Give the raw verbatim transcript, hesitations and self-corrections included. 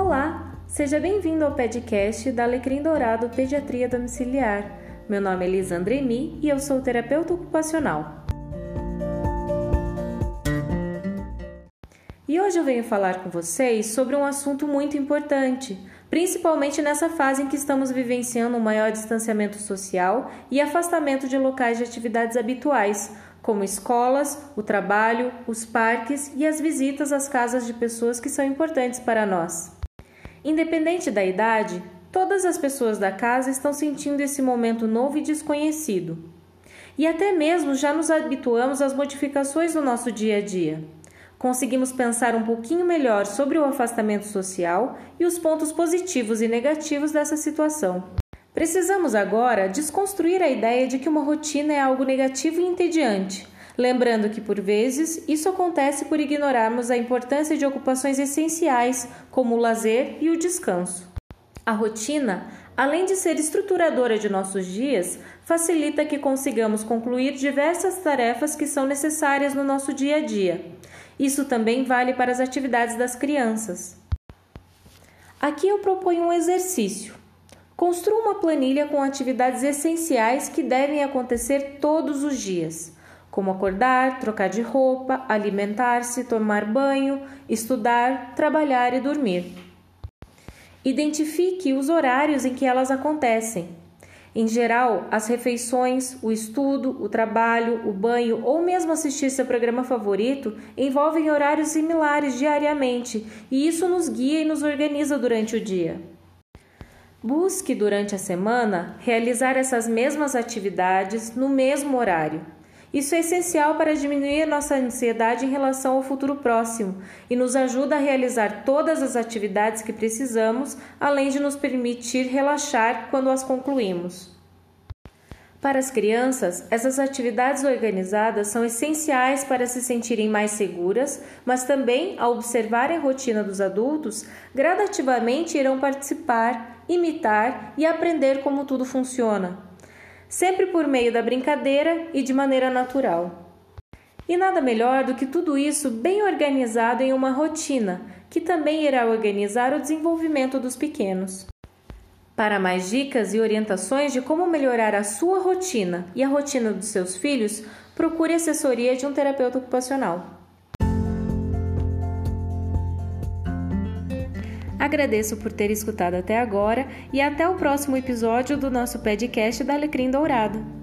Olá, seja bem-vindo ao podcast da Alecrim Dourado Pediatria Domiciliar. Meu nome é Lisandra Emi e eu sou terapeuta ocupacional. E hoje eu venho falar com vocês sobre um assunto muito importante, principalmente nessa fase em que estamos vivenciando um maior distanciamento social e afastamento de locais de atividades habituais, como escolas, o trabalho, os parques e as visitas às casas de pessoas que são importantes para nós. Independente da idade, todas as pessoas da casa estão sentindo esse momento novo e desconhecido. E até mesmo já nos habituamos às modificações do nosso dia a dia. Conseguimos pensar um pouquinho melhor sobre o afastamento social e os pontos positivos e negativos dessa situação. Precisamos agora desconstruir a ideia de que uma rotina é algo negativo e entediante, lembrando que, por vezes, isso acontece por ignorarmos a importância de ocupações essenciais, como o lazer e o descanso. A rotina, além de ser estruturadora de nossos dias, facilita que consigamos concluir diversas tarefas que são necessárias no nosso dia a dia. Isso também vale para as atividades das crianças. Aqui eu proponho um exercício. Construa uma planilha com atividades essenciais que devem acontecer todos os dias, como acordar, trocar de roupa, alimentar-se, tomar banho, estudar, trabalhar e dormir. Identifique os horários em que elas acontecem. Em geral, as refeições, o estudo, o trabalho, o banho ou mesmo assistir seu programa favorito envolvem horários similares diariamente, e isso nos guia e nos organiza durante o dia. Busque, durante a semana, realizar essas mesmas atividades no mesmo horário. Isso é essencial para diminuir nossa ansiedade em relação ao futuro próximo e nos ajuda a realizar todas as atividades que precisamos, além de nos permitir relaxar quando as concluímos. Para as crianças, essas atividades organizadas são essenciais para se sentirem mais seguras, mas também, ao observarem a rotina dos adultos, gradativamente irão participar, imitar e aprender como tudo funciona, sempre por meio da brincadeira e de maneira natural. E nada melhor do que tudo isso bem organizado em uma rotina, que também irá organizar o desenvolvimento dos pequenos. Para mais dicas e orientações de como melhorar a sua rotina e a rotina dos seus filhos, procure a assessoria de um terapeuta ocupacional. Agradeço por ter escutado até agora e até o próximo episódio do nosso podcast da Alecrim Dourado.